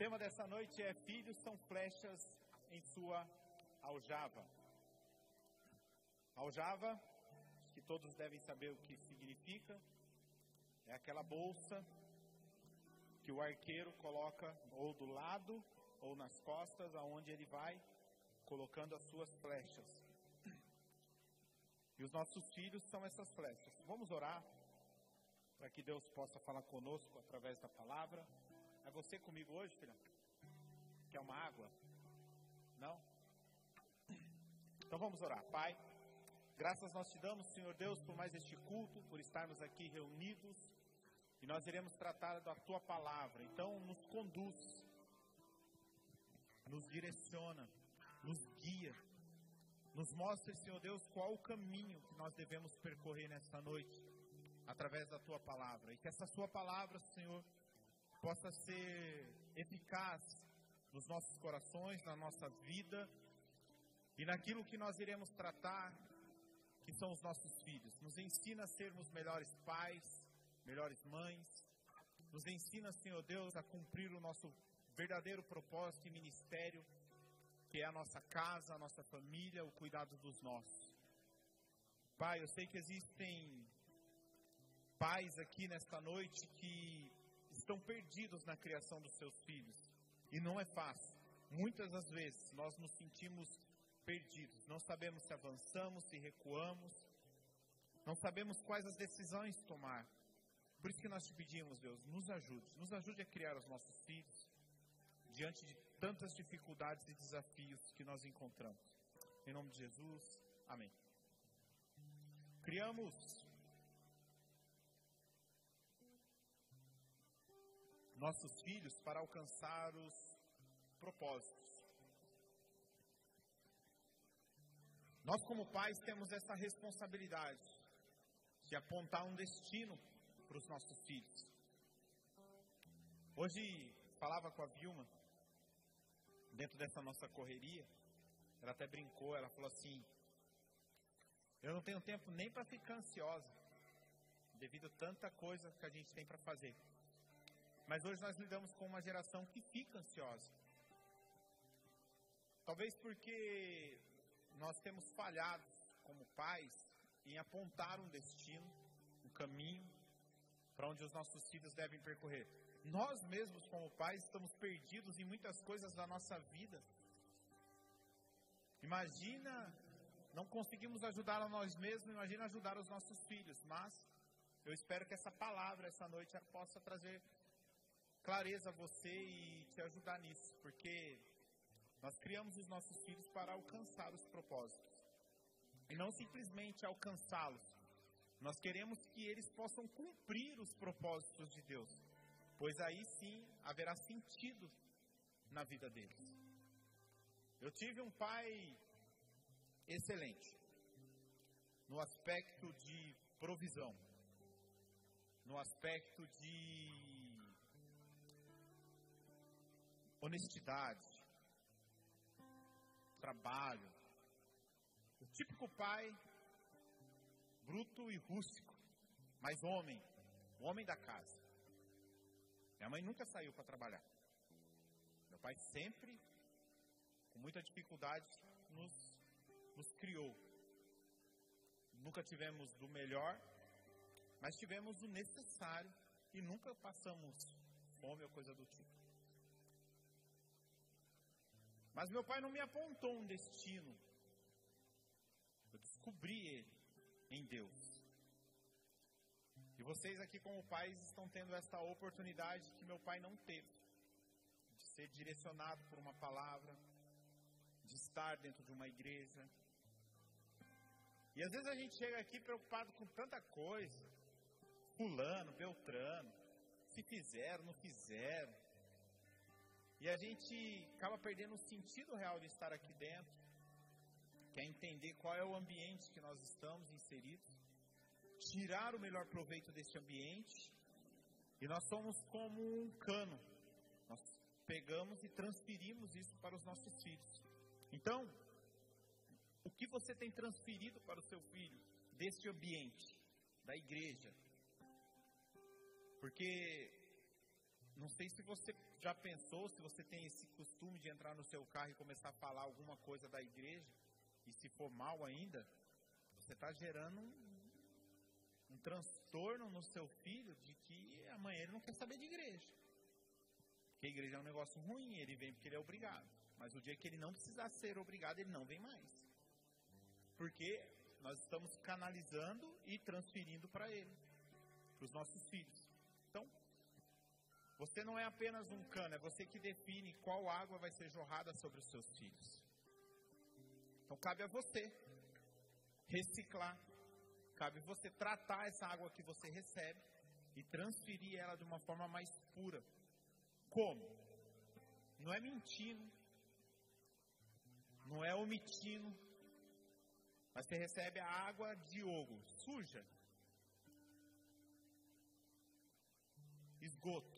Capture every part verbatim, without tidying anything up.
tema dessa noite é: filhos são flechas em sua aljava. Aljava, que todos devem saber o que significa, é aquela bolsa que o arqueiro coloca ou do lado ou nas costas, aonde ele vai colocando as suas flechas. E os nossos filhos são essas flechas. Vamos orar para que Deus possa falar conosco através da palavra. É você comigo hoje, filha? Quer uma água? Não? Então vamos orar. Pai, graças nós te damos, Senhor Deus, por mais este culto, por estarmos aqui reunidos, e nós iremos tratar da tua palavra. Então nos conduz, nos direciona, nos guia, nos mostre, Senhor Deus, qual o caminho que nós devemos percorrer nesta noite, através da tua palavra. E que essa sua palavra, Senhor, possa ser eficaz nos nossos corações, na nossa vida, e naquilo que nós iremos tratar, que são os nossos filhos. Nos ensina a sermos melhores pais, melhores mães. Nos ensina, Senhor Deus, a cumprir o nosso verdadeiro propósito e ministério, que é a nossa casa, a nossa família, o cuidado dos nossos. Pai, eu sei que existem pais aqui nesta noite que estão perdidos na criação dos seus filhos. E não é fácil. Muitas das vezes nós nos sentimos perdidos. Não sabemos se avançamos, se recuamos. Não sabemos quais as decisões tomar. Por isso que nós te pedimos, Deus, nos ajude. Nos ajude a criar os nossos filhos diante de tantas dificuldades e desafios que nós encontramos. Em nome de Jesus, amém. Criamos nossos filhos para alcançar os propósitos. Nós, como pais, temos essa responsabilidade de apontar um destino para os nossos filhos. Hoje, falava com a Vilma, dentro dessa nossa correria, ela até brincou, ela falou assim: eu não tenho tempo nem para ficar ansiosa, devido a tanta coisa que a gente tem para fazer. Mas hoje nós lidamos com uma geração que fica ansiosa. Talvez porque nós temos falhado como pais em apontar um destino, um caminho para onde os nossos filhos devem percorrer. Nós mesmos como pais estamos perdidos em muitas coisas da nossa vida. Imagina, não conseguimos ajudar a nós mesmos, imagina ajudar os nossos filhos. Mas eu espero que essa palavra, essa noite, possa trazer clareza a você e te ajudar nisso, porque nós criamos os nossos filhos para alcançar os propósitos, e não simplesmente alcançá-los. Nós queremos que eles possam cumprir os propósitos de Deus, pois aí sim haverá sentido na vida deles. Eu tive um pai excelente, no aspecto de provisão, no aspecto de honestidade, trabalho. O típico pai bruto e rústico, mas homem, o homem da casa. Minha mãe nunca saiu para trabalhar. Meu pai sempre, com muita dificuldade, nos, nos criou. Nunca tivemos do melhor, mas tivemos o necessário e nunca passamos fome ou coisa do tipo. Mas meu pai não me apontou um destino. Eu descobri ele em Deus. E vocês aqui como pais estão tendo essa oportunidade que meu pai não teve. De ser direcionado por uma palavra, de estar dentro de uma igreja. E às vezes a gente chega aqui preocupado com tanta coisa. Fulano, Beltrano, se fizeram, não fizeram. E a gente acaba perdendo o sentido real de estar aqui dentro, que é entender qual é o ambiente que nós estamos inseridos, tirar o melhor proveito desse ambiente, e nós somos como um cano, nós pegamos e transferimos isso para os nossos filhos. Então, o que você tem transferido para o seu filho deste ambiente, da igreja? Porque não sei se você já pensou, se você tem esse costume de entrar no seu carro e começar a falar alguma coisa da igreja, e se for mal ainda, você está gerando um, um transtorno no seu filho de que amanhã ele não quer saber de igreja. Porque a igreja é um negócio ruim, ele vem porque ele é obrigado. Mas o dia que ele não precisar ser obrigado, ele não vem mais. Porque nós estamos canalizando e transferindo para ele, para os nossos filhos. Então, você não é apenas um cano, é você que define qual água vai ser jorrada sobre os seus filhos. Então, cabe a você reciclar, cabe a você tratar essa água que você recebe e transferir ela de uma forma mais pura. Como? Não é mentindo, não é omitindo, mas você recebe a água Diogo, suja, esgoto.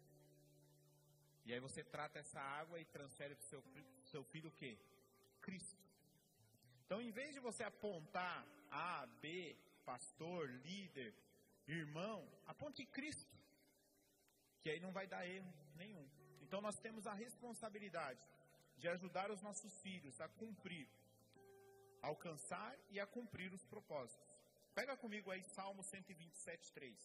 E aí você trata essa água e transfere para o seu, seu filho o quê? Cristo. Então, em vez de você apontar A, B, pastor, líder, irmão, aponte Cristo, que aí não vai dar erro nenhum. Então, nós temos a responsabilidade de ajudar os nossos filhos a cumprir, a alcançar e a cumprir os propósitos. Pega comigo aí Salmo cento e vinte e sete, três.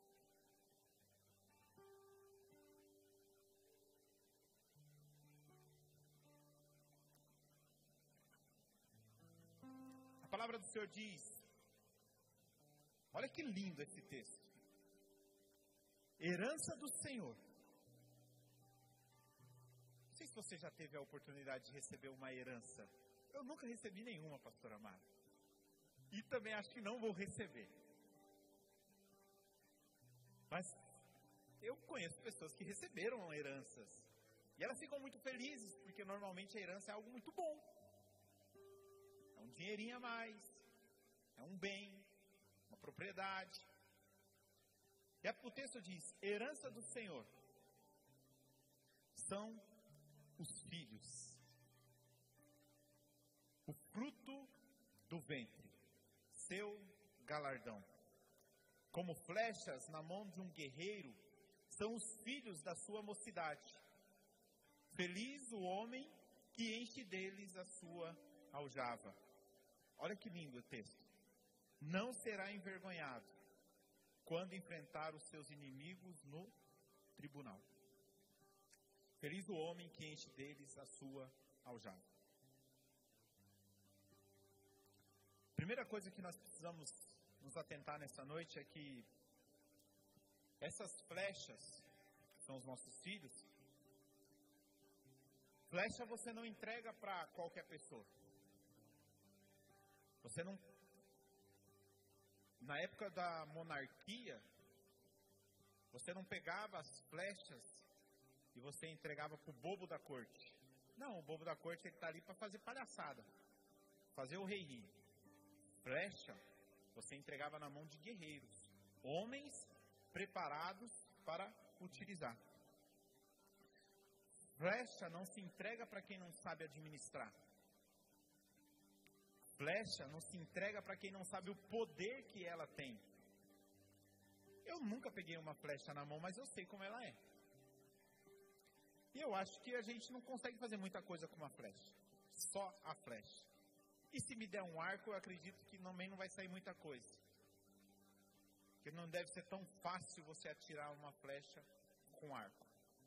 A palavra do Senhor diz, olha que lindo esse texto. Herança do Senhor. Não sei se você já teve a oportunidade de receber uma herança. Eu nunca recebi nenhuma, pastor Amaro. E também acho que não vou receber. Mas eu conheço pessoas que receberam heranças. E elas ficam muito felizes, porque normalmente a herança é algo muito bom. É um dinheirinho a mais, é um bem, uma propriedade. E o texto diz, herança do Senhor são os filhos, o fruto do ventre, seu galardão. Como flechas na mão de um guerreiro, são os filhos da sua mocidade. Feliz o homem que enche deles a sua aljava. Olha que lindo o texto. Não será envergonhado quando enfrentar os seus inimigos no tribunal. Feliz o homem que enche deles a sua aljava. Primeira coisa que nós precisamos nos atentar nessa noite é que essas flechas, que são os nossos filhos, flecha você não entrega para qualquer pessoa. Você não... Na época da monarquia, você não pegava as flechas e você entregava para o bobo da corte. Não, o bobo da corte ele está ali para fazer palhaçada, fazer o rei rir. Flecha, você entregava na mão de guerreiros, homens preparados para utilizar. Flecha não se entrega para quem não sabe administrar. Flecha não se entrega para quem não sabe o poder que ela tem. Eu nunca peguei uma flecha na mão, mas eu sei como ela é. E eu acho que a gente não consegue fazer muita coisa com uma flecha. Só a flecha. E se me der um arco, eu acredito que também não vai sair muita coisa. Porque não deve ser tão fácil você atirar uma flecha com arco.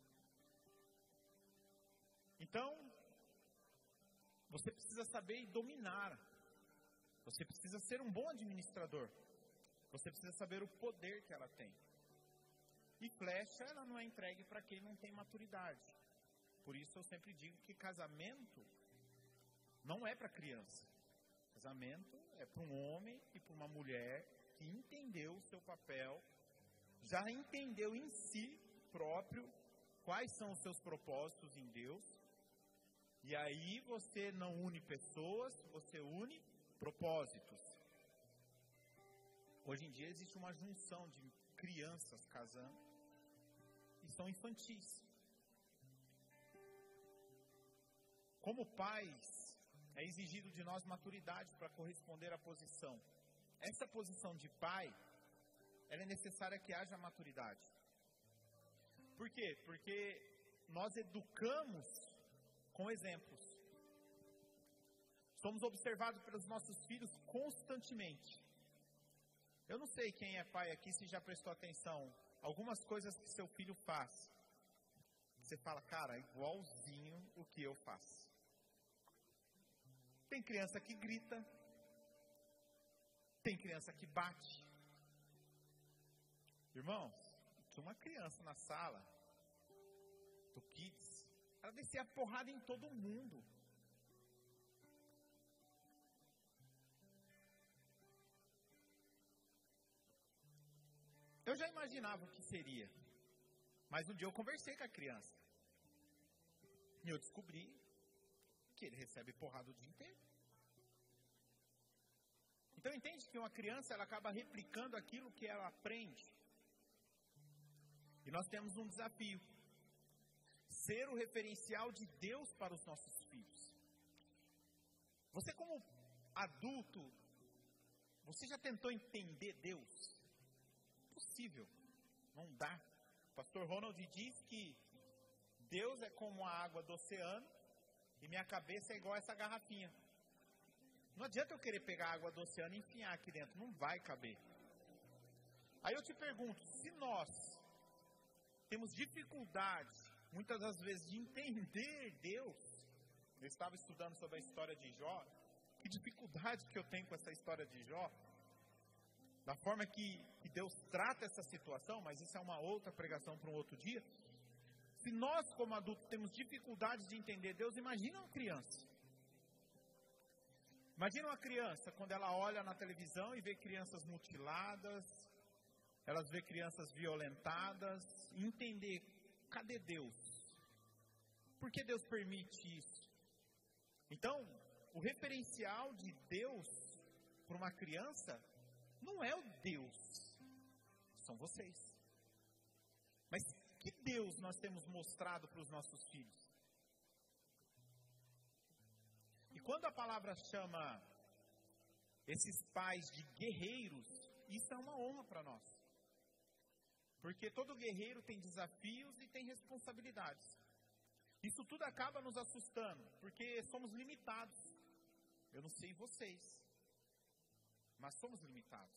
Então, você precisa saber dominar. Você precisa ser um bom administrador. Você precisa saber o poder que ela tem. E flecha, ela não é entregue para quem não tem maturidade. Por isso eu sempre digo que casamento não é para criança. Casamento é para um homem e para uma mulher que entendeu o seu papel, já entendeu em si próprio quais são os seus propósitos em Deus. E aí você não une pessoas, você une propósitos. Hoje em dia existe uma junção de crianças casando e são infantis. Como pais, é exigido de nós maturidade para corresponder à posição. Essa posição de pai, ela é necessária que haja maturidade. Por quê? Porque nós educamos com exemplos. Somos observados pelos nossos filhos constantemente. Eu não sei quem é pai aqui se já prestou atenção. Algumas coisas que seu filho faz, você fala, cara, igualzinho o que eu faço. Tem criança que grita. Tem criança que bate. Irmãos, tinha uma criança na sala do Kids. Ela descia a porrada em todo mundo. Eu já imaginava o que seria. Mas um dia eu conversei com a criança. E eu descobri que ele recebe porrada o dia inteiro. Então entende que uma criança ela acaba replicando aquilo que ela aprende. E nós temos um desafio. Ser o referencial de Deus para os nossos filhos. Você como adulto, você já tentou entender Deus? Impossível. Não dá. O pastor Ronald diz que Deus é como a água do oceano e minha cabeça é igual essa garrafinha. Não adianta eu querer pegar a água do oceano e enfiar aqui dentro. Não vai caber. Aí eu te pergunto, se nós temos dificuldade, muitas das vezes, de entender Deus. Eu estava estudando sobre a história de Jó. Que dificuldade que eu tenho com essa história de Jó. Da forma que, que Deus trata essa situação, mas isso é uma outra pregação para um outro dia. Se nós, como adultos, temos dificuldade de entender Deus, imagina uma criança. Imagina uma criança, quando ela olha na televisão e vê crianças mutiladas, elas vê crianças violentadas, e entender, cadê Deus? Por que Deus permite isso? Então, o referencial de Deus para uma criança não é o Deus, são vocês. Mas que Deus nós temos mostrado para os nossos filhos? E quando a palavra chama esses pais de guerreiros, isso é uma honra para nós. Porque todo guerreiro tem desafios e tem responsabilidades. Isso tudo acaba nos assustando, porque somos limitados. Eu não sei vocês, mas somos limitados.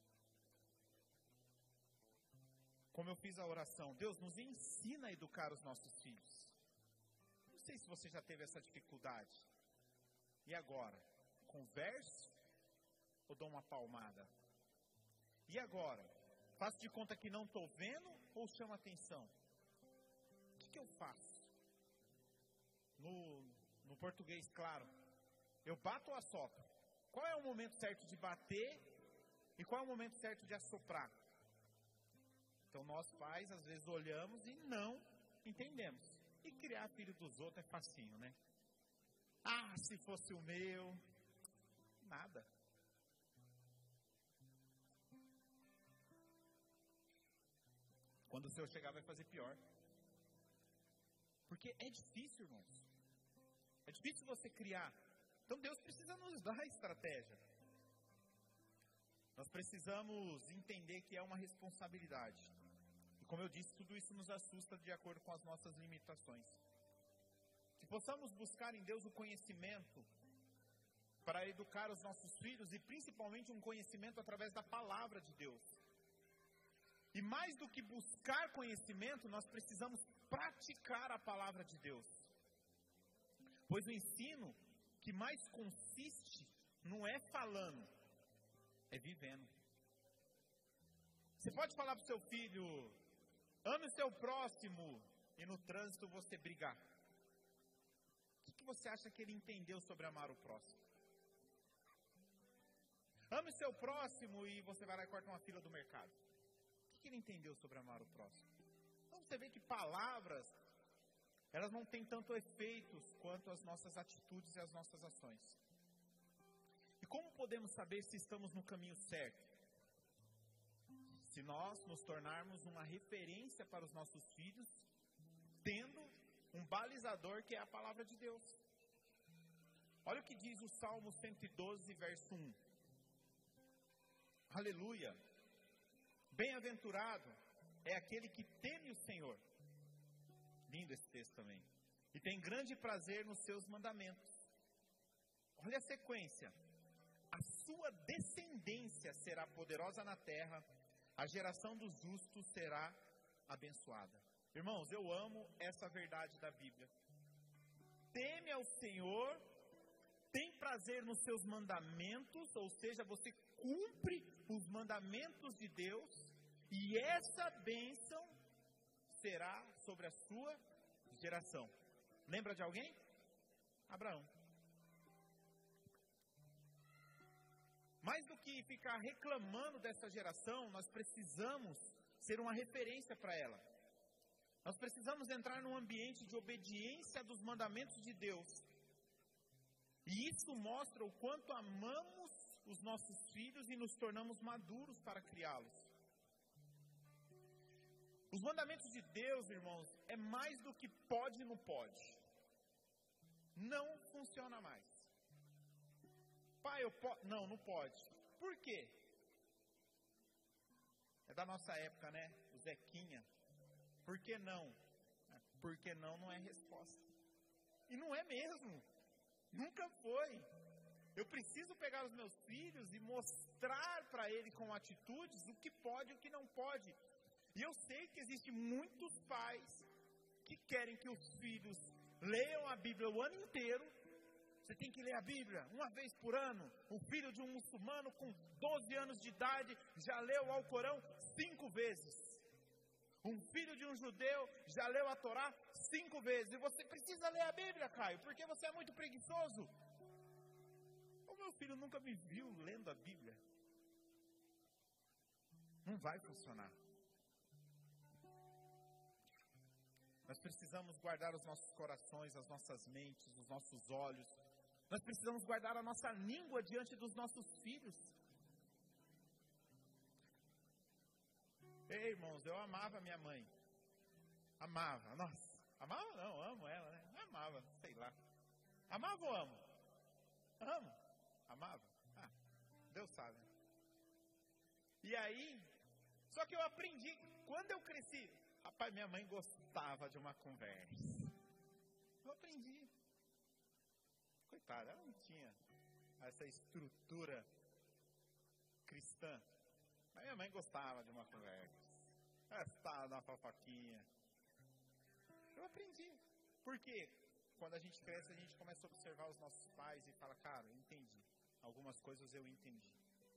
Como eu fiz a oração, Deus nos ensina a educar os nossos filhos. Não sei se você já teve essa dificuldade. E agora? Converso ou dou uma palmada? E agora? Faço de conta que não estou vendo ou chamo atenção? O que, que eu faço? No, no português, claro. Eu bato ou assopro? Qual é o momento certo de bater e qual é o momento certo de assoprar? Então nós pais, às vezes, olhamos e não entendemos. E criar filho dos outros é facinho, né? Ah, se fosse o meu... Nada. Quando o seu chegar vai fazer pior. Porque é difícil, irmãos. É difícil você criar. Então Deus precisa nos dar a estratégia. Nós precisamos entender que é uma responsabilidade. E como eu disse, tudo isso nos assusta de acordo com as nossas limitações. Que possamos buscar em Deus o conhecimento para educar os nossos filhos e principalmente um conhecimento através da palavra de Deus. E mais do que buscar conhecimento, nós precisamos praticar a palavra de Deus. Pois o ensino que mais consiste não é falando, é vivendo. Você pode falar para o seu filho, ame o seu próximo, e no trânsito você brigar. O que você acha que ele entendeu sobre amar o próximo? Ame o seu próximo e você vai lá e corta uma fila do mercado. O que ele entendeu sobre amar o próximo? Então você vê que palavras, elas não têm tanto efeitos quanto as nossas atitudes e as nossas ações. E como podemos saber se estamos no caminho certo? Se nós nos tornarmos uma referência para os nossos filhos, tendo um balizador que é a palavra de Deus. Olha o que diz o Salmo cento e doze, verso um. Aleluia! Bem-aventurado é aquele que teme o Senhor. lindo esse texto também. E tem grande prazer nos seus mandamentos. Olha a sequência. A sua descendência será poderosa na terra, a geração dos justos será abençoada. Irmãos, eu amo essa verdade da Bíblia. Teme ao Senhor, tem prazer nos seus mandamentos, ou seja, você cumpre os mandamentos de Deus, e essa bênção será sobre a sua geração. Lembra de alguém? Abraão. Mais do que ficar reclamando dessa geração, nós precisamos ser uma referência para ela. Nós precisamos entrar num ambiente de obediência dos mandamentos de Deus. E isso mostra o quanto amamos os nossos filhos e nos tornamos maduros para criá-los. Os mandamentos de Deus, irmãos, é mais do que pode e não pode. Não funciona mais. Pai, eu posso... Não, não pode. Por quê? É da nossa época, né? O Zequinha. Por que não? Porque não não é resposta. E não é mesmo. Nunca foi. Eu preciso pegar os meus filhos e mostrar para eles com atitudes o que pode e o que não pode. E eu sei que existem muitos pais que querem que os filhos leiam a Bíblia o ano inteiro. Você tem que ler a Bíblia uma vez por ano. O filho de um muçulmano com doze anos de idade já leu o Alcorão cinco vezes. Um filho de um judeu já leu a Torá cinco vezes. E você precisa ler a Bíblia, Caio, porque você é muito preguiçoso. O meu filho nunca me viu lendo a Bíblia. Não vai funcionar. Nós precisamos guardar os nossos corações, as nossas mentes, os nossos olhos. Nós precisamos guardar a nossa língua diante dos nossos filhos. Ei, irmãos, eu amava minha mãe. Amava, nossa. Amava não, amo ela, né? Amava, sei lá. Amava ou amo? Amo. Amava? Ah, Deus sabe. E aí, só que eu aprendi, quando eu cresci, rapaz, minha mãe gostava de uma conversa. Eu aprendi. Coitada, ela não tinha essa estrutura cristã. Mas minha mãe gostava de uma conversa. Ela estava na fofoquinha. Eu aprendi. Por quê? Quando a gente cresce, a gente começa a observar os nossos pais e fala, cara, eu entendi. Algumas coisas eu entendi.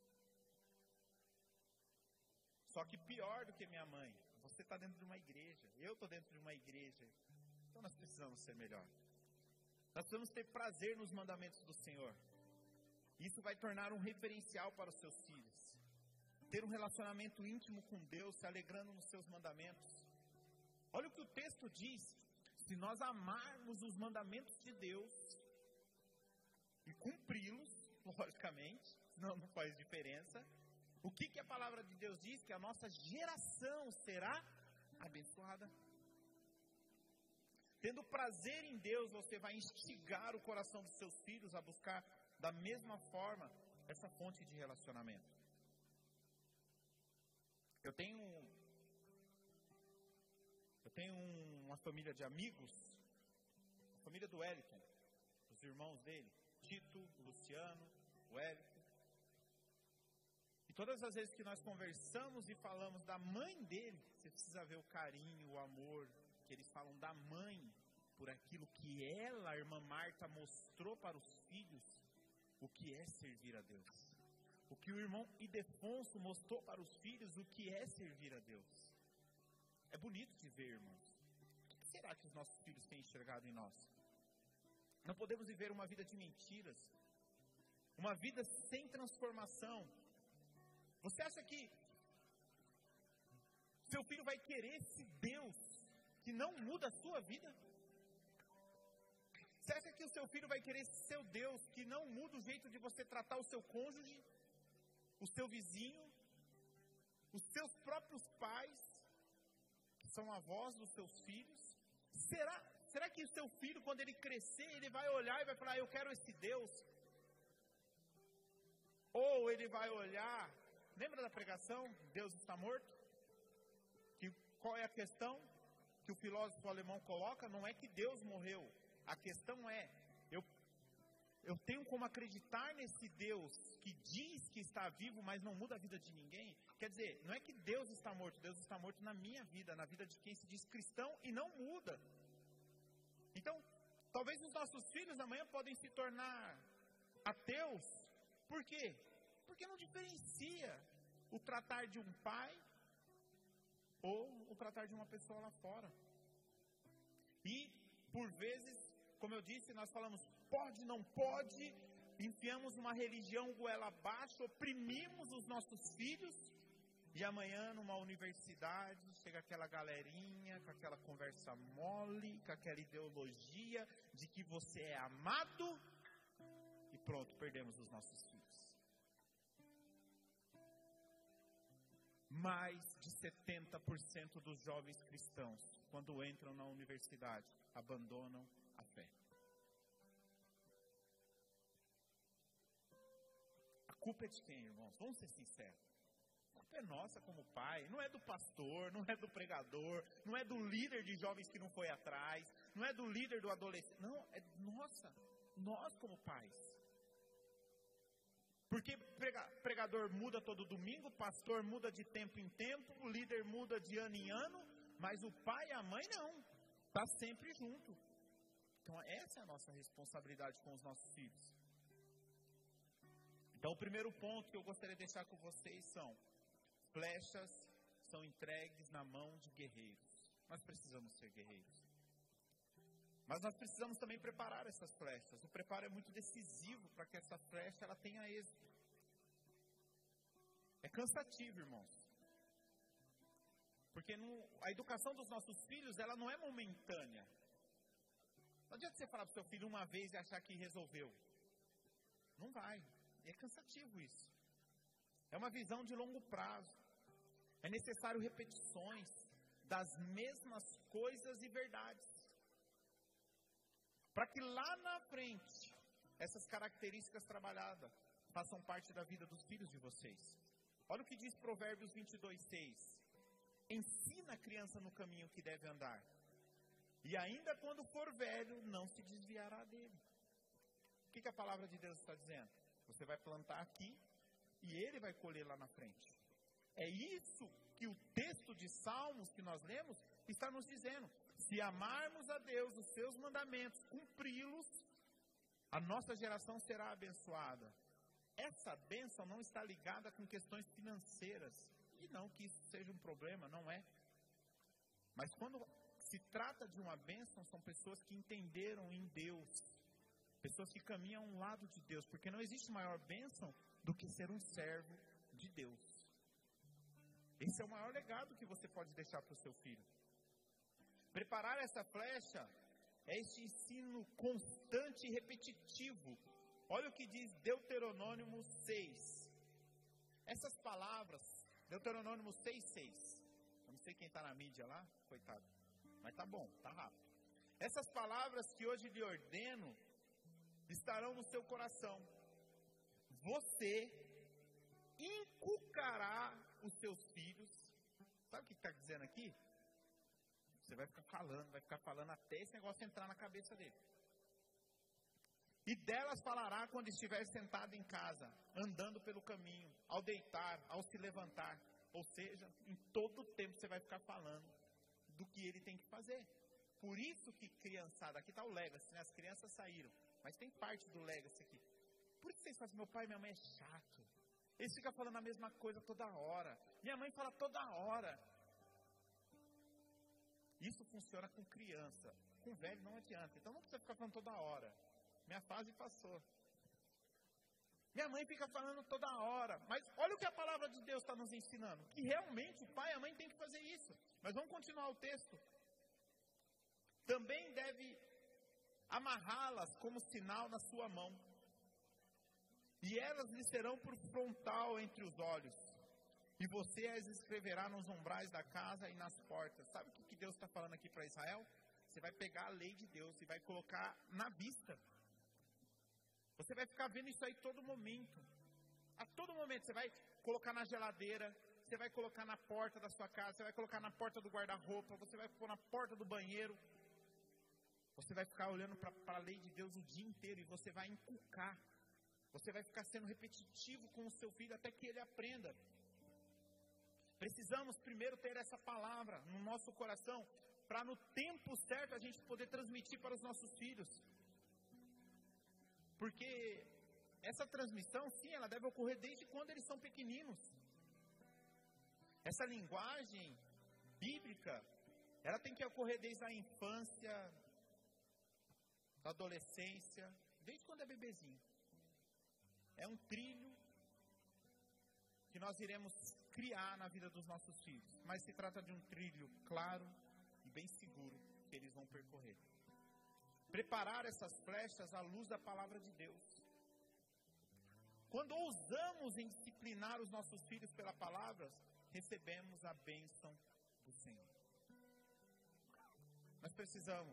Só que pior do que minha mãe, você está dentro de uma igreja, eu estou dentro de uma igreja. Então nós precisamos ser melhor. Nós precisamos ter prazer nos mandamentos do Senhor. Isso vai tornar um referencial para os seus filhos. Ter um relacionamento íntimo com Deus, se alegrando nos seus mandamentos. Olha o que o texto diz. Se nós amarmos os mandamentos de Deus e cumpri-los, logicamente, senão não faz diferença. O que, que a palavra de Deus diz? Que a nossa geração será abençoada. Tendo prazer em Deus, você vai instigar o coração dos seus filhos a buscar da mesma forma essa fonte de relacionamento. Eu tenho, eu tenho uma família de amigos, a família do Wellington, os irmãos dele, Tito, o Luciano, o Wellington. E todas as vezes que nós conversamos e falamos da mãe dele, você precisa ver o carinho, o amor, que eles falam da mãe, por aquilo que ela, a irmã Marta, mostrou para os filhos, o que é servir a Deus. O que o irmão Idefonso mostrou para os filhos, o que é servir a Deus. É bonito de ver, irmãos. O que será que os nossos filhos têm enxergado em nós? Não podemos viver uma vida de mentiras, uma vida sem transformação. Você acha que seu filho vai querer esse Deus que não muda a sua vida? Você acha que o seu filho vai querer esse seu Deus que não muda o jeito de você tratar o seu cônjuge, o seu vizinho, os seus próprios pais, que são avós dos seus filhos? Será, será que o seu filho, quando ele crescer, ele vai olhar e vai falar, eu quero esse Deus? Ou ele vai olhar, lembra da pregação, Deus está morto? Que, qual é a questão? que o filósofo alemão coloca não é que Deus morreu. A questão é, eu, eu tenho como acreditar nesse Deus que diz que está vivo, mas não muda a vida de ninguém? Quer dizer, não é que Deus está morto, Deus está morto na minha vida, na vida de quem se diz cristão e não muda. Então, talvez os nossos filhos amanhã podem se tornar ateus. Por quê? Porque não diferencia o tratar de um pai ou o tratar de uma pessoa lá fora. E, por vezes, como eu disse, nós falamos pode, não pode, enfiamos uma religião goela abaixo, oprimimos os nossos filhos, e amanhã numa universidade chega aquela galerinha com aquela conversa mole, com aquela ideologia de que você é amado, e pronto, perdemos os nossos filhos. Mais de setenta por cento dos jovens cristãos, quando entram na universidade, abandonam a fé. A culpa é de quem, irmãos? Vamos ser sinceros. A culpa é nossa como pai, não é do pastor, não é do pregador, não é do líder de jovens que não foi atrás, não é do líder do adolescente, não, é nossa, nós como pais. Porque pregador muda todo domingo, pastor muda de tempo em tempo, o líder muda de ano em ano, mas o pai e a mãe não, está sempre junto. Então essa é a nossa responsabilidade com os nossos filhos. Então o primeiro ponto que eu gostaria de deixar com vocês são: flechas são entregues na mão de guerreiros. Nós precisamos ser guerreiros. Mas nós precisamos também preparar essas flechas. O preparo é muito decisivo para que essa flecha ela tenha êxito. É cansativo, irmãos. Porque no, a educação dos nossos filhos, ela não é momentânea. Não adianta você falar para o seu filho uma vez e achar que resolveu. Não vai. É cansativo isso. É uma visão de longo prazo. É necessário repetições das mesmas coisas e verdades. Para que lá na frente, essas características trabalhadas façam parte da vida dos filhos de vocês. Olha o que diz Provérbios vinte e dois, seis. Ensina a criança no caminho que deve andar, e ainda quando for velho, não se desviará dele. O que, que a palavra de Deus está dizendo? Você vai plantar aqui, e ele vai colher lá na frente. É isso que o texto de Salmos que nós lemos está nos dizendo. Se amarmos a Deus, os seus mandamentos, cumpri-los, a nossa geração será abençoada. Essa bênção não está ligada com questões financeiras. E não que isso seja um problema, não é. Mas quando se trata de uma bênção, são pessoas que entenderam em Deus. Pessoas que caminham ao lado de Deus. Porque não existe maior bênção do que ser um servo de Deus. Esse é o maior legado que você pode deixar para o seu filho. Preparar essa flecha é este ensino constante e repetitivo. Olha o que diz Deuteronômio seis. Essas palavras, Deuteronômio seis, seis. Eu não sei quem está na mídia lá, coitado. Mas tá bom, tá rápido. Essas palavras que hoje lhe ordeno estarão no seu coração. Você inculcará os seus filhos. Sabe o que está dizendo aqui? Você vai ficar falando, vai ficar falando até esse negócio entrar na cabeça dele. E delas falará quando estiver sentado em casa, andando pelo caminho, ao deitar, ao se levantar. Ou seja, em todo o tempo você vai ficar falando do que ele tem que fazer. Por isso que criançada, aqui está o Legacy, né? As crianças saíram, mas tem parte do Legacy aqui. Por isso vocês fazem, meu pai e minha mãe é chato. Eles ficam falando a mesma coisa toda hora. Minha mãe fala toda hora. Isso funciona com criança. Com velho não adianta. Então não precisa ficar falando toda hora. Minha fase passou. Minha mãe fica falando toda hora. Mas olha o que a palavra de Deus está nos ensinando. Que realmente o pai e a mãe têm que fazer isso. Mas vamos continuar o texto. Também deve amarrá-las como sinal na sua mão. E elas lhe serão por frontal entre os olhos. E você as escreverá nos umbrais da casa e nas portas. Sabe o que Deus está falando aqui para Israel? Você vai pegar a lei de Deus e vai colocar na vista. Você vai ficar vendo isso aí todo momento. A todo momento você vai colocar na geladeira, você vai colocar na porta da sua casa, você vai colocar na porta do guarda-roupa, você vai pôr na porta do banheiro. Você vai ficar olhando para a lei de Deus o dia inteiro e você vai inculcar. Você vai ficar sendo repetitivo com o seu filho até que ele aprenda. Precisamos primeiro ter essa palavra no nosso coração, para no tempo certo a gente poder transmitir para os nossos filhos. Porque essa transmissão, sim, ela deve ocorrer desde quando eles são pequeninos. Essa linguagem bíblica, ela tem que ocorrer desde a infância, da adolescência, desde quando é bebezinho. É um trilho que nós iremos criar na vida dos nossos filhos. Mas se trata de um trilho claro e bem seguro que eles vão percorrer. Preparar essas flechas à luz da palavra de Deus. Quando ousamos em disciplinar os nossos filhos pela palavra, recebemos a bênção do Senhor. Nós precisamos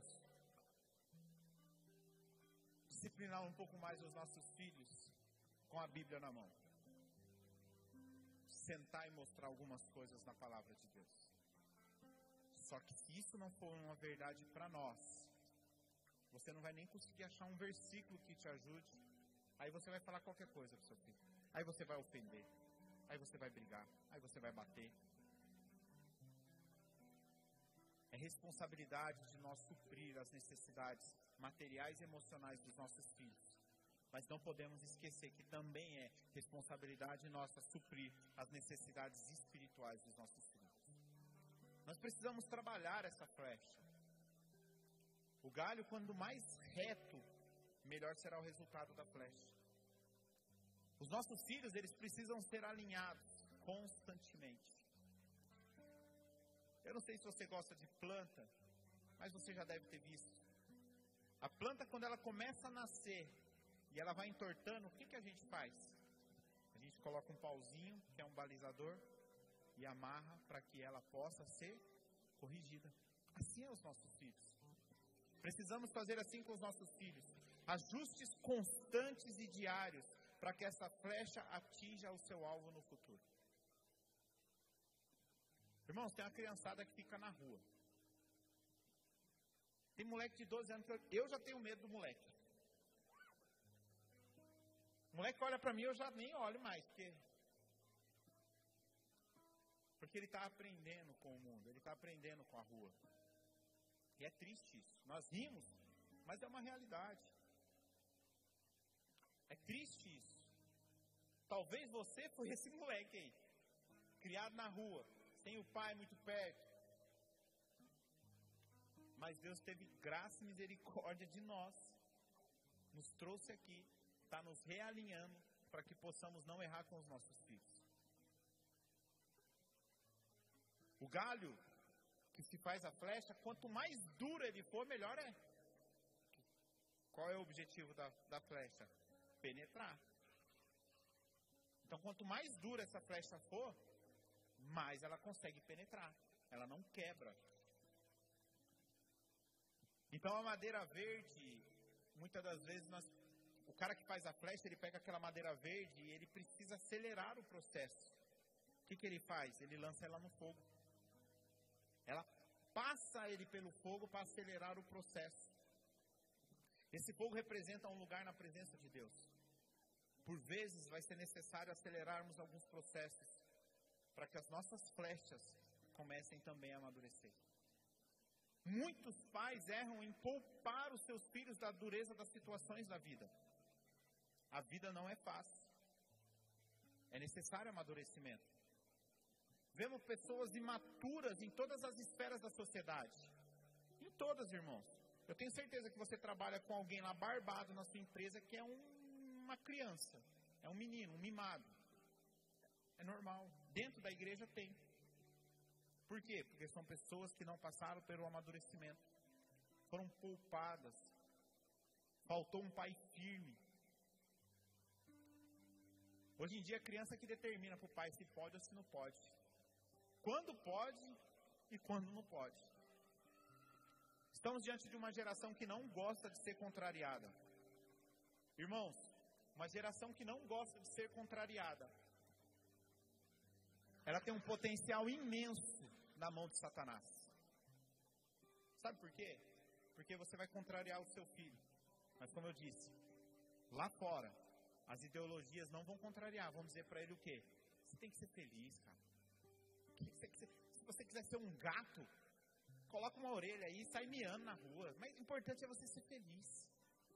disciplinar um pouco mais os nossos filhos com a Bíblia na mão. Sentar e mostrar algumas coisas na palavra de Deus. Só que se isso não for uma verdade para nós, você não vai nem conseguir achar um versículo que te ajude. Aí você vai falar qualquer coisa para o seu filho. Aí você vai ofender. Aí você vai brigar. Aí você vai bater. É responsabilidade de nós suprir as necessidades materiais e emocionais dos nossos filhos. Mas não podemos esquecer que também é responsabilidade nossa suprir as necessidades espirituais dos nossos filhos. Nós precisamos trabalhar essa flecha. O galho, quando mais reto, melhor será o resultado da flecha. Os nossos filhos, eles precisam ser alinhados constantemente. Eu não sei se você gosta de planta, mas você já deve ter visto. A planta, quando ela começa a nascer e ela vai entortando, o que, que a gente faz? A gente coloca um pauzinho, que é um balizador, e amarra para que ela possa ser corrigida. Assim é os nossos filhos. Precisamos fazer assim com os nossos filhos. Ajustes constantes e diários para que essa flecha atinja o seu alvo no futuro. Irmãos, tem uma criançada que fica na rua. Tem moleque de doze anos que eu, eu já tenho medo do moleque. O moleque olha para mim, eu já nem olho mais, porque, porque ele está aprendendo com o mundo, ele está aprendendo com a rua. E é triste isso. Nós rimos, mas é uma realidade. É triste isso. Talvez você foi esse moleque aí, criado na rua, sem o pai muito perto. Mas Deus teve graça e misericórdia de nós. Nos trouxe aqui, está nos realinhando para que possamos não errar com os nossos filhos. O galho que se faz a flecha, quanto mais duro ele for, melhor é. Qual é o objetivo da, da flecha? Penetrar. Então, quanto mais dura essa flecha for, mais ela consegue penetrar. Ela não quebra. Então, a madeira verde, muitas das vezes, nós, o cara que faz a flecha, ele pega aquela madeira verde e ele precisa acelerar o processo. O que, que ele faz? Ele lança ela no fogo. Ela passa ele pelo fogo para acelerar o processo. Esse fogo representa um lugar na presença de Deus. Por vezes vai ser necessário acelerarmos alguns processos para que as nossas flechas comecem também a amadurecer. Muitos pais erram em poupar os seus filhos da dureza das situações da vida. A vida não é fácil. É necessário amadurecimento. Vemos pessoas imaturas em todas as esferas da sociedade. Em todas, irmãos. Eu tenho certeza que você trabalha com alguém lá barbado na sua empresa que é um, uma criança. É um menino, um mimado. É normal. Dentro da igreja tem. Por quê? Porque são pessoas que não passaram pelo amadurecimento. Foram poupadas. Faltou um pai firme. Hoje em dia, a criança que determina para o pai se pode ou se não pode. Quando pode e quando não pode. Estamos diante de uma geração que não gosta de ser contrariada. Irmãos, uma geração que não gosta de ser contrariada. ela tem um potencial imenso na mão de Satanás. Sabe por quê? Porque você vai contrariar o seu filho. Mas como eu disse, lá fora, as ideologias não vão contrariar. Vão dizer para ele o quê? Você tem que ser feliz, cara. Se você quiser ser um gato, coloca uma orelha aí e sai miando na rua. Mas o importante é você ser feliz.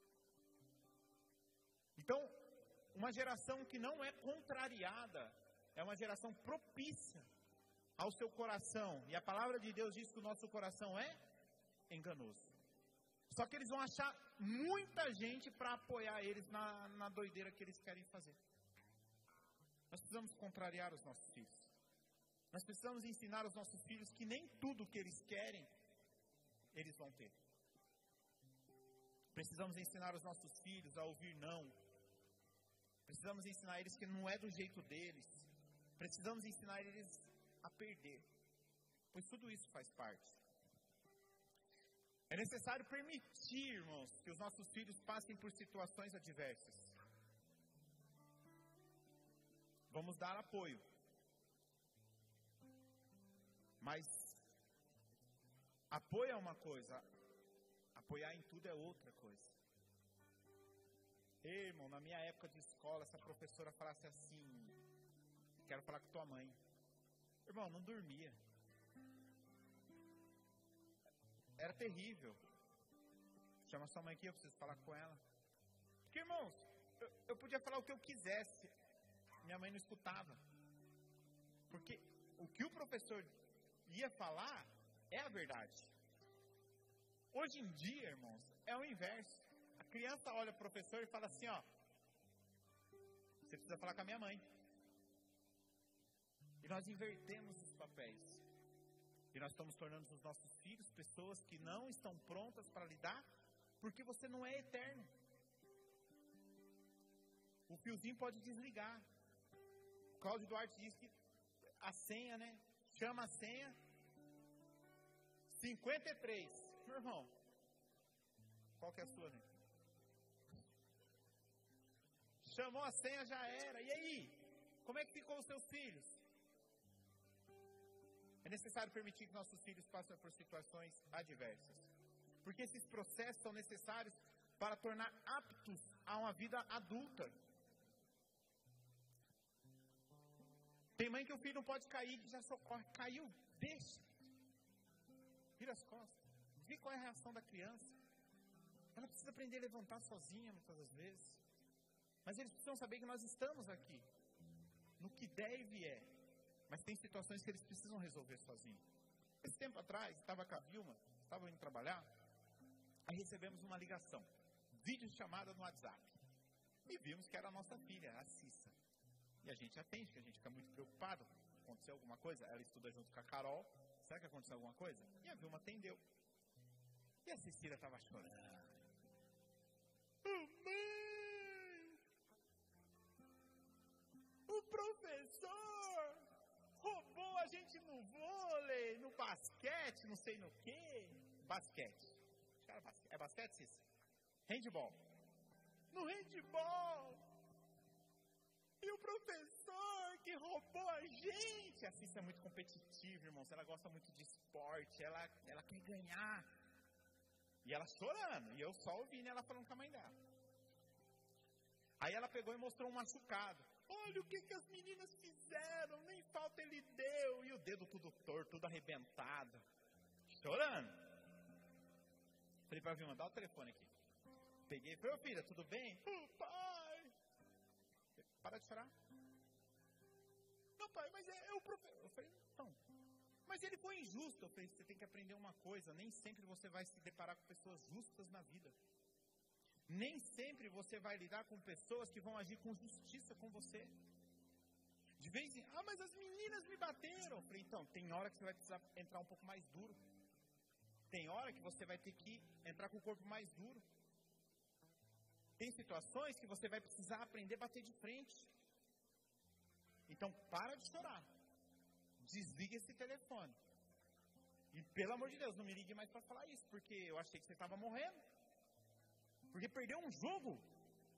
Então, uma geração que não é contrariada é uma geração propícia ao seu coração. E a palavra de Deus diz que o nosso coração é enganoso. Só que eles vão achar muita gente para apoiar eles na, na doideira que eles querem fazer. Nós precisamos contrariar os nossos filhos. Nós precisamos ensinar os nossos filhos que nem tudo que eles querem, eles vão ter. Precisamos ensinar os nossos filhos a ouvir não. Precisamos ensinar eles que não é do jeito deles. Precisamos ensinar eles a perder. Pois tudo isso faz parte. É necessário permitir, irmãos, que os nossos filhos passem por situações adversas. Vamos dar apoio. Mas apoio é uma coisa, apoiar em tudo é outra coisa. Ei, irmão, na minha época de escola, essa professora falasse assim: quero falar com tua mãe. Irmão, não dormia. Era terrível. Chama sua mãe aqui, eu preciso falar com ela. Porque, irmãos, eu, eu podia falar o que eu quisesse. Minha mãe não escutava. Porque o que o professor ia falar é a verdade. Hoje em dia, irmãos, é o inverso. A criança olha o professor e fala assim, ó, você precisa falar com a minha mãe. E nós invertemos os papéis. E nós estamos tornando os nossos filhos pessoas que não estão prontas para lidar, porque você não é eterno. O fiozinho pode desligar. O Cláudio Duarte diz que a senha, né? Chama a senha. cinquenta e três. Meu irmão, qual que é a sua, né? Chamou a senha, já era. E aí? Como é que ficou os seus filhos? É necessário permitir que nossos filhos passem por situações adversas. Porque esses processos são necessários para tornar aptos a uma vida adulta. Tem mãe que o filho não pode cair, que já socorre. Caiu, deixa. Vira as costas. Vê qual é a reação da criança. Ela precisa aprender a levantar sozinha, muitas das vezes. Mas eles precisam saber que nós estamos aqui. No que der e vier. Mas tem situações que eles precisam resolver sozinhos. Esse tempo atrás, estava com a Vilma, estava indo trabalhar, aí recebemos uma ligação, vídeo chamada no WhatsApp. E vimos que era a nossa filha, a Cissa. E a gente atende, porque a gente fica muito preocupado. Aconteceu alguma coisa? Ela estuda junto com a Carol. Será que aconteceu alguma coisa? E a Vilma atendeu. E a Cecília estava chorando. Mãe! O professor roubou a gente no vôlei, no basquete, não sei no quê. Basquete. É basquete, Cissa? Handball. No handball. E o professor que roubou a gente. A Cissa é muito competitiva, irmãos. Ela gosta muito de esporte. Ela, ela quer ganhar. E ela chorando. E eu só ouvindo ela falando com a mãe dela. Aí ela pegou e mostrou um machucado. Olha o que, que as meninas fizeram. Nem falta ele deu. E o dedo tudo torto, tudo arrebentado. Chorando. Falei pra Vilma, dá o telefone aqui. Peguei e falei, ô filha, tudo bem? Oh, pai. Para de chorar. Não, pai, mas é, é o professor. Eu falei, não. Mas ele foi injusto. Eu falei, você tem que aprender uma coisa. Nem sempre você vai se deparar com pessoas justas na vida. Nem sempre você vai lidar com pessoas que vão agir com justiça com você. De vez em... Ah, mas as meninas me bateram. Eu falei, então, tem hora que você vai precisar entrar um pouco mais duro. Tem hora que você vai ter que entrar com o corpo mais duro. Tem situações que você vai precisar aprender a bater de frente. Então, para de chorar. Desliga esse telefone. E, pelo amor de Deus, não me ligue mais para falar isso, porque eu achei que você estava morrendo. Porque perdeu um jogo.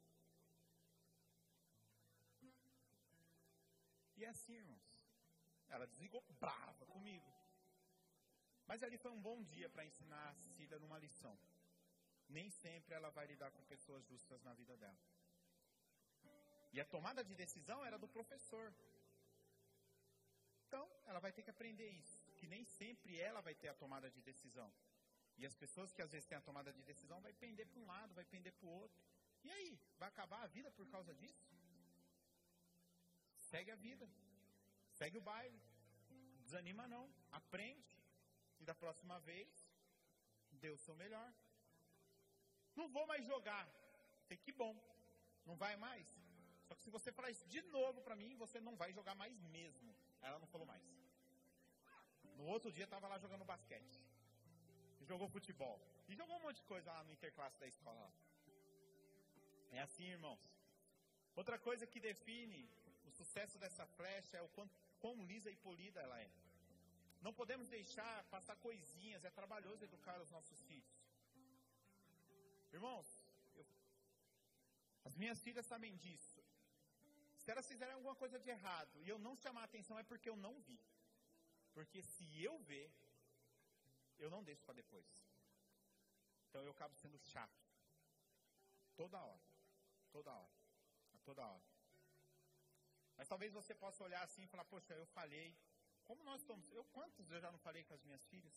E é assim, irmãos. Ela desligou brava comigo. Mas ali foi um bom dia para ensinar a Cida numa lição. Nem sempre ela vai lidar com pessoas justas na vida dela. E a tomada de decisão era do professor. Então, ela vai ter que aprender isso. Que nem sempre ela vai ter a tomada de decisão. E as pessoas que às vezes têm a tomada de decisão vai pender para um lado, vai pender para o outro. E aí? Vai acabar a vida por causa disso? Segue a vida. Segue o baile. Desanima não. Aprende. E da próxima vez, dê o seu melhor. Não vou mais jogar. Sei que bom. Não vai mais. Só que se você falar isso de novo para mim, você não vai jogar mais mesmo. Ela não falou mais. No outro dia, estava lá jogando basquete. Jogou futebol. E jogou um monte de coisa lá no interclasse da escola. Lá. É assim, irmãos. Outra coisa que define o sucesso dessa flecha é o quão, quão lisa e polida ela é. Não podemos deixar passar coisinhas. É trabalhoso educar os nossos filhos. Irmãos, eu, as minhas filhas sabem disso. Se elas fizerem alguma coisa de errado e eu não chamar a atenção, é porque eu não vi. Porque se eu ver, eu não deixo para depois. Então eu acabo sendo chato. Toda hora. Toda hora. A toda hora. Mas talvez você possa olhar assim e falar, poxa, eu falhei. Como nós estamos? Eu, quantos eu já não falei com as minhas filhas?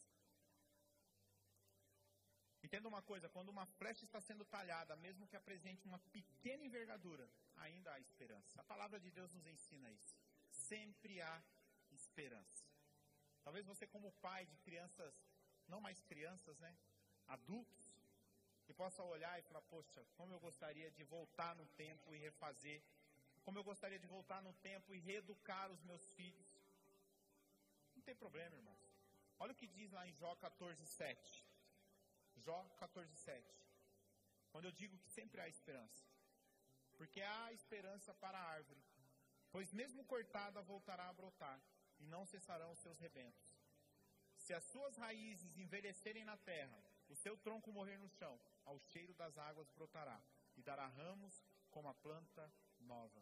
Entenda uma coisa, quando uma flecha está sendo talhada, mesmo que apresente uma pequena envergadura, ainda há esperança. A palavra de Deus nos ensina isso. Sempre há esperança. Talvez você como pai de crianças, não mais crianças, né? Adultos, que possa olhar e falar, poxa, como eu gostaria de voltar no tempo e refazer. Como eu gostaria de voltar no tempo e reeducar os meus filhos. Não tem problema, irmãos. Olha o que diz lá em Jó quatorze, sete. Jó quatorze, sete. Quando eu digo que sempre há esperança. Porque há esperança para a árvore. Pois mesmo cortada voltará a brotar. E não cessarão os seus rebentos. Se as suas raízes envelhecerem na terra, o seu tronco morrer no chão, ao cheiro das águas brotará. E dará ramos como a planta nova.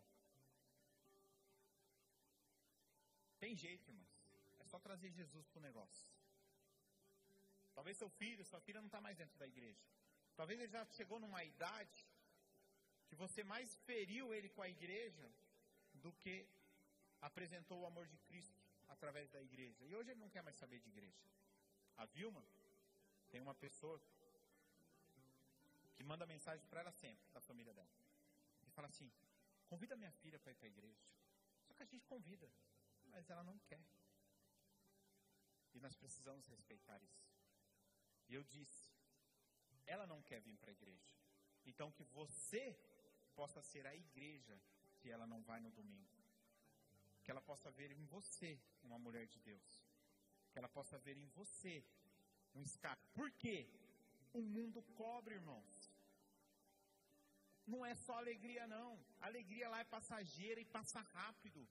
Tem jeito, irmãos. É só trazer Jesus para o negócio. Talvez seu filho, sua filha não está mais dentro da igreja. Talvez ele já chegou numa idade que você mais feriu ele com a igreja do que apresentou o amor de Cristo através da igreja. E hoje ele não quer mais saber de igreja. A Vilma tem uma pessoa que manda mensagem para ela sempre, da família dela. E fala assim, convida minha filha para ir para a igreja. Só que a gente convida, mas ela não quer. E nós precisamos respeitar isso. E eu disse, ela não quer vir para a igreja. Então que você possa ser a igreja que ela não vai no domingo. Que ela possa ver em você uma mulher de Deus. Que ela possa ver em você um escape. Por quê? O mundo cobre, irmãos. Não é só alegria, não. A alegria lá é passageira e passa rápido.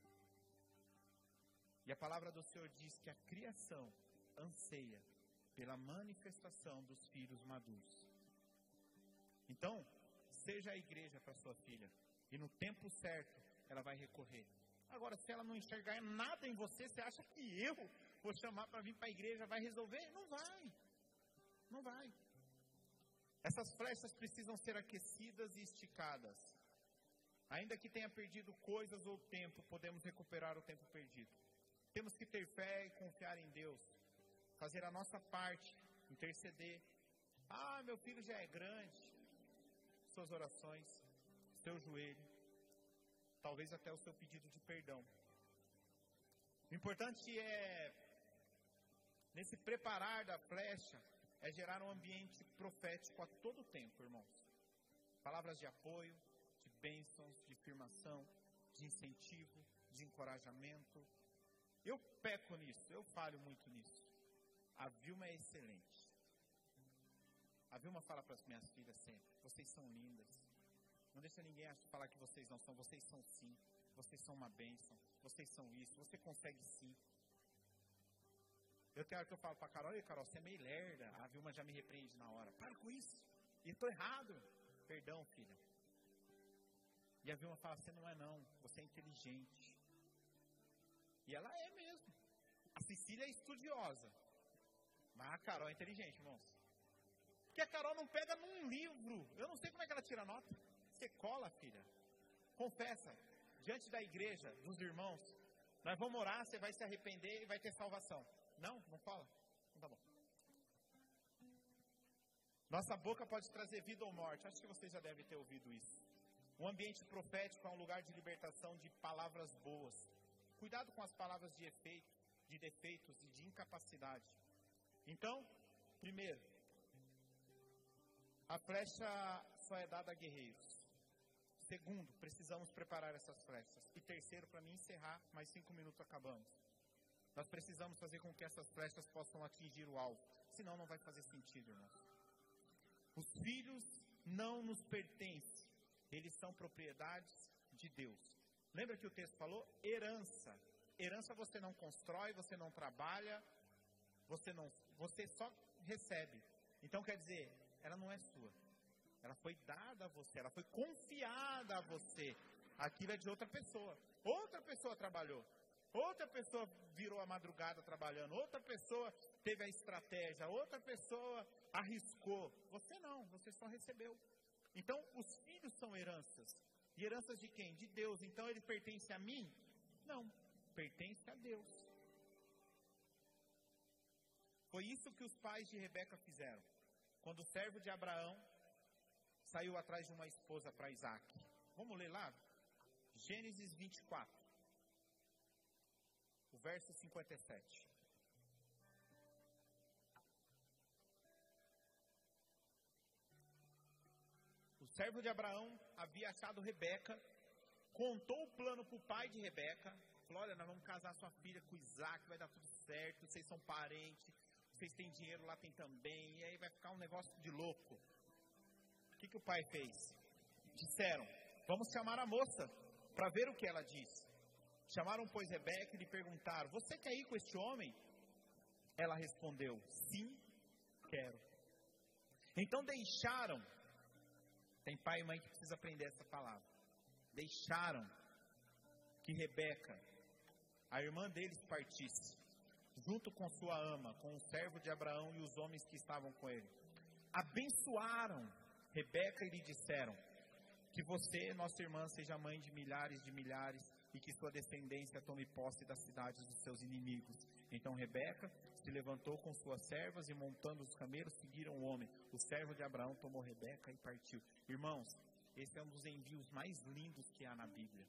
E a palavra do Senhor diz que a criação anseia pela manifestação dos filhos maduros. Então, seja a igreja para sua filha. E no tempo certo, ela vai recorrer. Agora, se ela não enxergar nada em você, você acha que eu vou chamar para vir para a igreja, vai resolver? Não vai. Não vai. Essas flechas precisam ser aquecidas e esticadas. Ainda que tenha perdido coisas ou tempo, podemos recuperar o tempo perdido. Temos que ter fé e confiar em Deus. Fazer a nossa parte, interceder. Ah, meu filho já é grande. Suas orações, seu joelho, talvez até o seu pedido de perdão. O importante é, nesse preparar da flecha, é gerar um ambiente profético a todo tempo, irmãos. Palavras de apoio, de bênçãos, de afirmação, de incentivo, de encorajamento. Eu peco nisso, eu falho muito nisso. A Vilma é excelente. A Vilma fala para as minhas filhas sempre, vocês são lindas. Não deixa ninguém falar que vocês não são, vocês são sim. Vocês são uma bênção, vocês são isso, você consegue sim. Eu quero que eu falo para a Carol, e Carol, você é meio lerda. A Vilma já me repreende na hora. Para com isso. E estou errado. Perdão, filha. E a Vilma fala, você não é não, você é inteligente. E ela é mesmo. A Cecília é estudiosa. Mas a Carol é inteligente, irmãos. Porque a Carol não pega num livro. Eu não sei como é que ela tira nota. Você cola, filha. Confessa. Diante da igreja, dos irmãos. Nós vamos orar, você vai se arrepender e vai ter salvação. Não? Não cola? Então tá bom. Nossa boca pode trazer vida ou morte. Acho que vocês já devem ter ouvido isso. Um ambiente profético é um lugar de libertação de palavras boas. Cuidado com as palavras de efeito, de defeitos e de incapacidade. Então, primeiro, a flecha só é dada a guerreiros. Segundo, precisamos preparar essas flechas. E terceiro, para mim encerrar, mais cinco minutos acabamos. Nós precisamos fazer com que essas flechas possam atingir o alvo. Senão não vai fazer sentido, irmãos. Os filhos não nos pertencem. Eles são propriedades de Deus. Lembra que o texto falou? Herança. Herança você não constrói, você não trabalha, você, não, você só recebe. Então quer dizer, ela não é sua. Ela foi dada a você, ela foi confiada a você. Aquilo é de outra pessoa. Outra pessoa trabalhou. Outra pessoa virou a madrugada trabalhando. Outra pessoa teve a estratégia. Outra pessoa arriscou. Você não, você só recebeu. Então, os filhos são heranças. E heranças de quem? De Deus. Então, ele pertence a mim? Não, pertence a Deus. Foi isso que os pais de Rebeca fizeram. Quando o servo de Abraão saiu atrás de uma esposa para Isaac. Vamos ler lá? Gênesis vinte e quatro. O verso cinquenta e sete. O servo de Abraão havia achado Rebeca, contou o plano para o pai de Rebeca, falou, olha, nós vamos casar sua filha com Isaac, vai dar tudo certo, vocês são parentes, vocês têm dinheiro lá, tem também, e aí vai ficar um negócio de louco. O que, que o pai fez? Disseram, vamos chamar a moça, para ver o que ela diz. Chamaram, pois, Rebeca e lhe perguntaram, você quer ir com este homem? Ela respondeu, sim, quero. Então deixaram, tem pai e mãe que precisa aprender essa palavra, deixaram que Rebeca, a irmã deles, partisse, junto com sua ama, com o servo de Abraão e os homens que estavam com ele. Abençoaram Rebeca e lhe disseram, que você, nossa irmã, seja mãe de milhares de milhares e que sua descendência tome posse das cidades dos seus inimigos. Então Rebeca se levantou com suas servas e montando os camelos seguiram o homem. O servo de Abraão tomou Rebeca e partiu. Irmãos, esse é um dos envios mais lindos que há na Bíblia.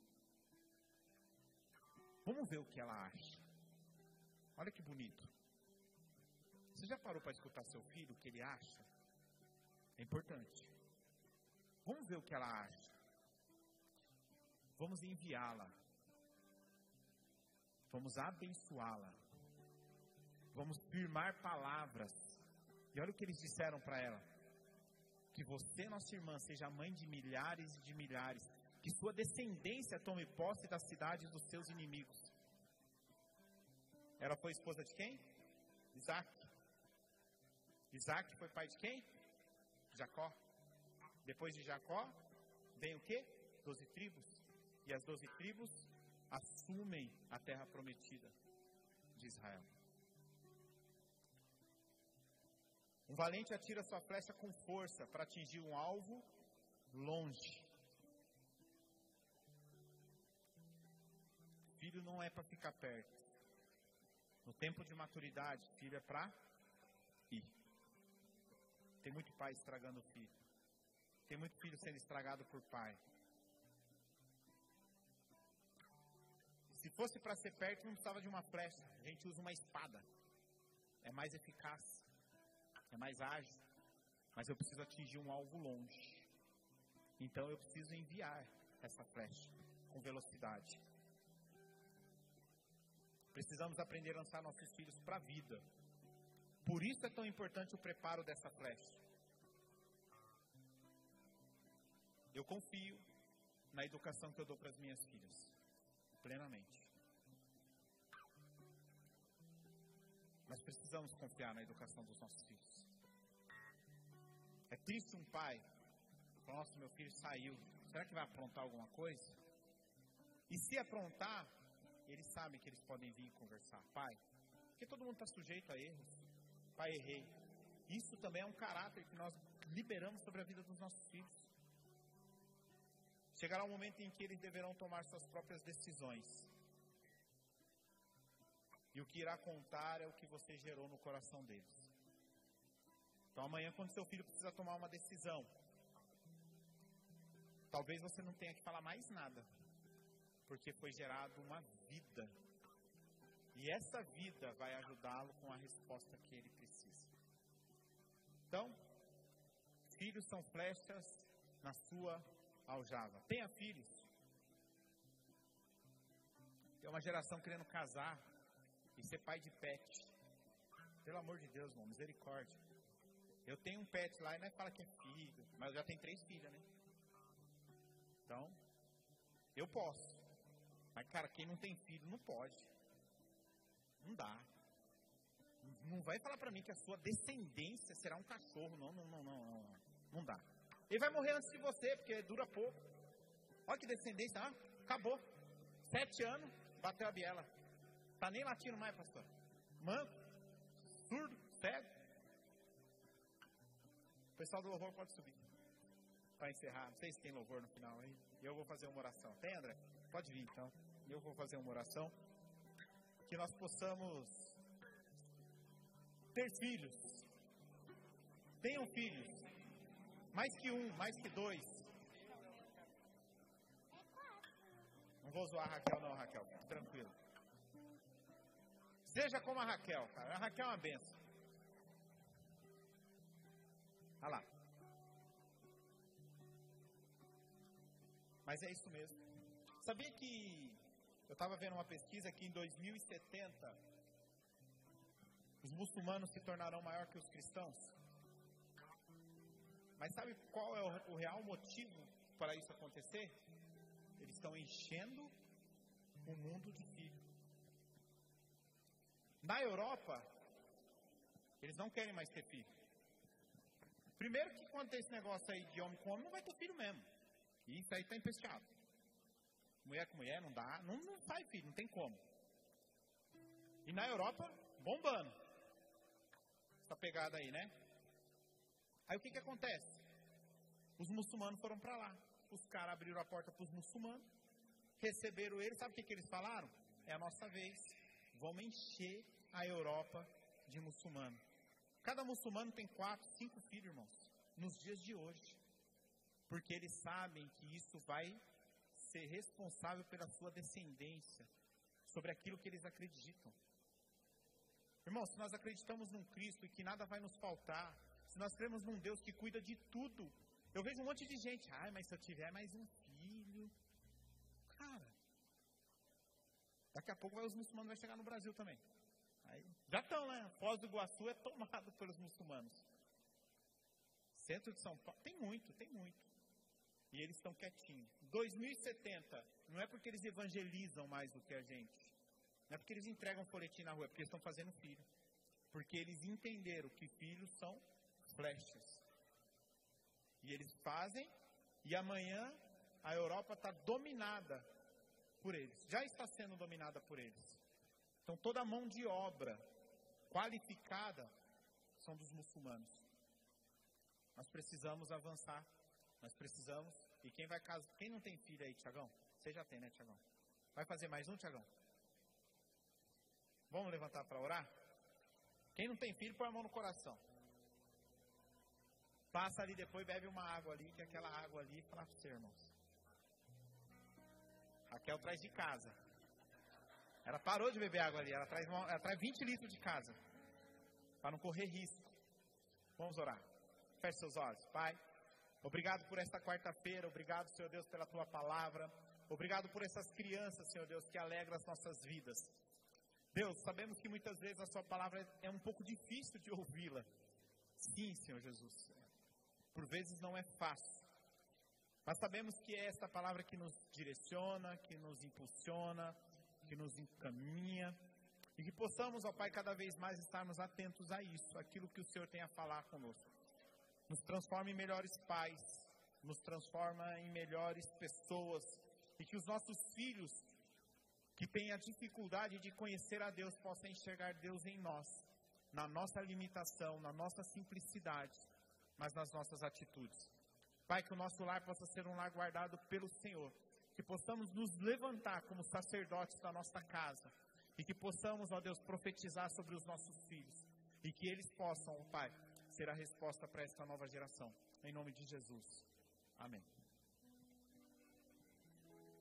Vamos ver o que ela acha. Olha que bonito. Você já parou para escutar seu filho, o que ele acha? É importante. Vamos ver o que ela acha. Vamos enviá-la. Vamos abençoá-la. Vamos firmar palavras. E olha o que eles disseram para ela. Que você, nossa irmã, seja mãe de milhares e de milhares. Que sua descendência tome posse das cidades dos seus inimigos. Ela foi esposa de quem? Isaac. Isaac foi pai de quem? Jacó. Depois de Jacó, vem o quê? Doze tribos. E as doze tribos assumem a terra prometida de Israel. Um valente atira sua flecha com força para atingir um alvo longe. Filho não é para ficar perto. No tempo de maturidade, filho é para ir. Tem muito pai estragando o filho. Tem muito filho sendo estragado por pai. Se fosse para ser perto, não precisava de uma flecha. A gente usa uma espada. É mais eficaz. É mais ágil. Mas eu preciso atingir um alvo longe. Então eu preciso enviar essa flecha com velocidade. Precisamos aprender a lançar nossos filhos para a vida. Por isso é tão importante o preparo dessa flecha. Eu confio na educação que eu dou para as minhas filhas, plenamente. Nós precisamos confiar na educação dos nossos filhos. É triste um pai falar, nossa, meu filho saiu, será que vai aprontar alguma coisa? E se aprontar, eles sabem que eles podem vir conversar. Pai, porque todo mundo está sujeito a erros. Pai, errei. Isso também é um caráter que nós liberamos sobre a vida dos nossos filhos. Chegará um momento em que eles deverão tomar suas próprias decisões. E o que irá contar é o que você gerou no coração deles. Então amanhã, quando seu filho precisa tomar uma decisão, talvez você não tenha que falar mais nada, porque foi gerado uma vida. E essa vida vai ajudá-lo com a resposta que ele precisa. Então, filhos são flechas na sua aljava. Tenha filhos. Tem uma geração querendo casar e ser pai de pet. Pelo amor de Deus, irmão, misericórdia. Eu tenho um pet lá e não é fala que é filho, mas eu já tenho três filhas, né? Então, eu posso. Mas, cara, quem não tem filho não pode. Não dá. Não vai falar pra mim que a sua descendência será um cachorro. Não, não, não, não, não. Não dá. Ele vai morrer antes de você, porque dura pouco. Olha que descendência. Ah, acabou. Sete anos, bateu a biela. Tá nem latindo mais, pastor. Manco, surdo, cego. O pessoal do louvor pode subir. Para encerrar. Não sei se tem louvor no final aí. Eu vou fazer uma oração. Tem, André? Pode vir, então. Eu vou fazer uma oração. Que nós possamos ter filhos. Tenham filhos. Mais que um, mais que dois. Não vou zoar a Raquel não, Raquel. Fique tranquilo. Seja como a Raquel, cara. A Raquel é uma benção. Olha lá. Mas é isso mesmo. Sabia que eu estava vendo uma pesquisa que em dois mil e setenta os muçulmanos se tornarão maior que os cristãos? Mas sabe qual é o, o real motivo para isso acontecer? Eles estão enchendo o mundo de filhos. Na Europa, eles não querem mais ter filho. Primeiro que quando tem esse negócio aí de homem com homem, não vai ter filho mesmo. E isso aí está empesteado. Mulher com mulher não dá, não, não faz filho, não tem como. E na Europa, bombando. Essa pegada aí, né? Aí o que que acontece? Os muçulmanos foram para lá. Os caras abriram a porta para os muçulmanos, receberam eles, sabe o que que eles falaram? É a nossa vez, vamos encher a Europa de muçulmanos. Cada muçulmano tem quatro, cinco filhos, irmãos, nos dias de hoje. Porque eles sabem que isso vai ser responsável pela sua descendência, sobre aquilo que eles acreditam. Irmãos, se nós acreditamos num Cristo e que nada vai nos faltar, se nós cremos num Deus que cuida de tudo, eu vejo um monte de gente, ai, mas se eu tiver mais um filho, cara, daqui a pouco vai, os muçulmanos vão chegar no Brasil também. Aí, já estão, né? Foz do Iguaçu é tomado pelos muçulmanos. Centro de São Paulo, tem muito, tem muito. E eles estão quietinhos. dois mil e setenta, não é porque eles evangelizam mais do que a gente. Não é porque eles entregam folhetim na rua, é porque eles estão fazendo filho. Porque eles entenderam que filhos são flechas. E eles fazem, e amanhã a Europa está dominada por eles. Já está sendo dominada por eles. Então toda a mão de obra qualificada são dos muçulmanos. Nós precisamos avançar. Nós precisamos. E quem vai casar? Quem não tem filho aí, Tiagão? Você já tem, né, Tiagão? Vai fazer mais um, Tiagão? Vamos levantar para orar? Quem não tem filho, põe a mão no coração. Passa ali depois, bebe uma água ali, que aquela água ali, fala para você, irmãos. Raquel traz de casa. Ela parou de beber água ali, ela traz, uma, ela traz vinte litros de casa. Para não correr risco. Vamos orar. Feche seus olhos. Pai, obrigado por esta quarta-feira. Obrigado, Senhor Deus, pela Tua palavra. Obrigado por essas crianças, Senhor Deus, que alegram as nossas vidas. Deus, sabemos que muitas vezes a Sua palavra é um pouco difícil de ouvi-la. Sim, Senhor Jesus. Por vezes não é fácil. Mas sabemos que é esta palavra que nos direciona, que nos impulsiona, que nos encaminha. E que possamos, ó Pai, cada vez mais estarmos atentos a isso, aquilo que o Senhor tem a falar conosco. Nos transforma em melhores pais, nos transforma em melhores pessoas. E que os nossos filhos que tem a dificuldade de conhecer a Deus, possa enxergar Deus em nós, na nossa limitação, na nossa simplicidade, mas nas nossas atitudes. Pai, que o nosso lar possa ser um lar guardado pelo Senhor, que possamos nos levantar como sacerdotes da nossa casa, e que possamos, ó Deus, profetizar sobre os nossos filhos, e que eles possam, ó Pai, ser a resposta para esta nova geração. Em nome de Jesus. Amém.